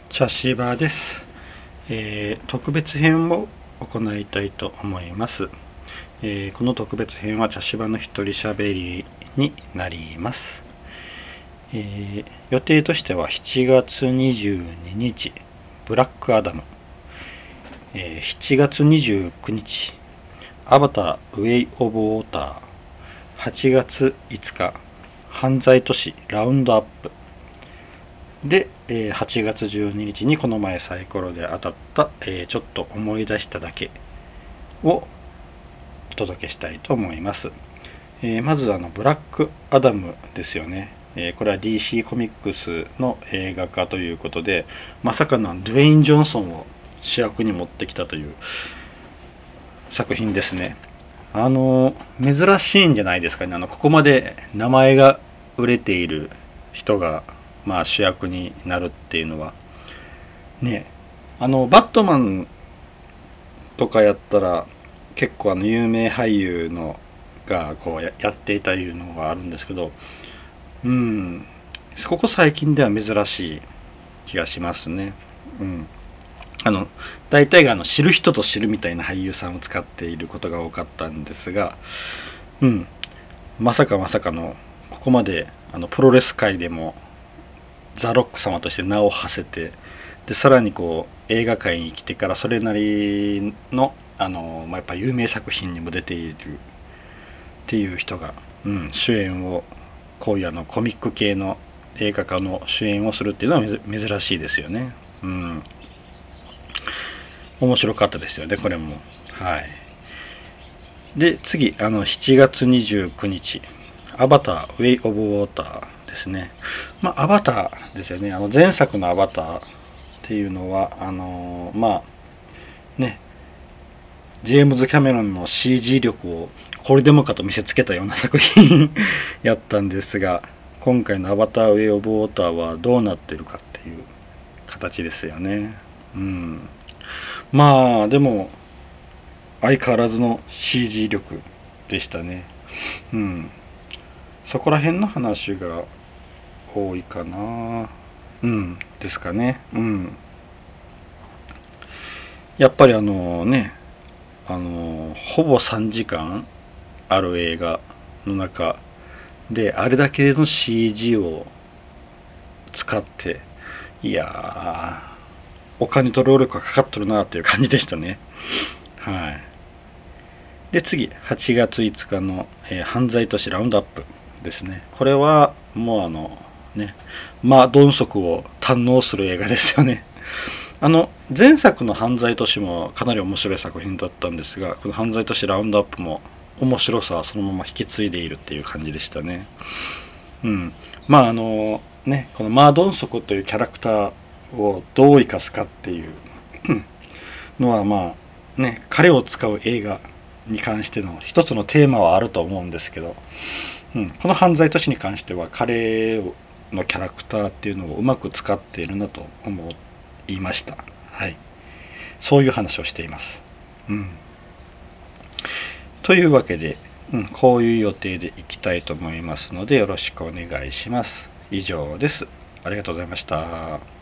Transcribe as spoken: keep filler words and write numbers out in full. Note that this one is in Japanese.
茶芝です、えー、特別編を行いたいと思います、えー、この特別編は茶芝の一人しゃべりになります、えー、予定としてはしちがつにじゅうににちブラックアダム、えー、しちがつにじゅうくにちアバターウェイ・オブ・ウォーター、はちがついつか犯罪都市ラウンドアップで、はちがつじゅうににちにこの前サイコロで当たった、えー、ちょっと思い出しただけをお届けしたいと思います。えー、まずあのブラックアダムですよね。えー、これは ディーシー コミックスの映画化ということで、まさかのドゥエイン・ジョンソンを主役に持ってきたという作品ですね。あの珍しいんじゃないですかね。あのここまで名前が売れている人がまあ主役になるっていうのはね、あのバットマンとかやったら結構あの有名俳優のがこう や, やっていたいうのがあるんですけど、うんここ最近では珍しい気がしますね。うんあの大体があの知る人と知るみたいな俳優さんを使っていることが多かったんですが、うんまさかまさかのここまであのプロレス界でもザ・ロック様として名を馳せて、でさらにこう映画界に来てからそれなりのあの、まあ、やっぱ有名作品にも出ているっていう人が、うん、主演をこういうあのコミック系の映画化の主演をするっていうのは珍しいですよね。うん、面白かったですよねこれも。はい。で次あのしちがつにじゅうくにちアバターウェイ・オブ・ウォーターですね。まあアバターですよね。あの前作のアバターっていうのはあのー、まあねジェームズ・キャメロンの シージー 力をこれでもかと見せつけたような作品やったんですが、今回のアバターウェイ・オブ・ウォーターはどうなってるかっていう形ですよね。うんまあでも相変わらずの シージー 力でしたね。うんそこら辺の話が多いかな。うんですかね。うんやっぱりあのねあのほぼさんじかんある映画の中であれだけの シージー を使って、いやーお金と労力がかかっとるなっていう感じでしたね。はいで次はちがついつかの、えー犯罪都市ラウンドアップですね。これはもうあのねまあ鈍足を堪能する映画ですよね。あの前作の犯罪都市もかなり面白い作品だったんですが、この犯罪都市ラウンドアップも面白さはそのまま引き継いでいるっていう感じでしたね。うんまああのねこのマー・ドンソクというキャラクターをどう生かすかっていうのはまあね彼を使う映画に関しての一つのテーマはあると思うんですけど、うん、この犯罪都市に関しては彼のキャラクターっていうのをうまく使っているなと思いました。はい、そういう話をしています。うん、というわけで、うん、こういう予定でいきたいと思いますのでよろしくお願いします。以上です。ありがとうございました。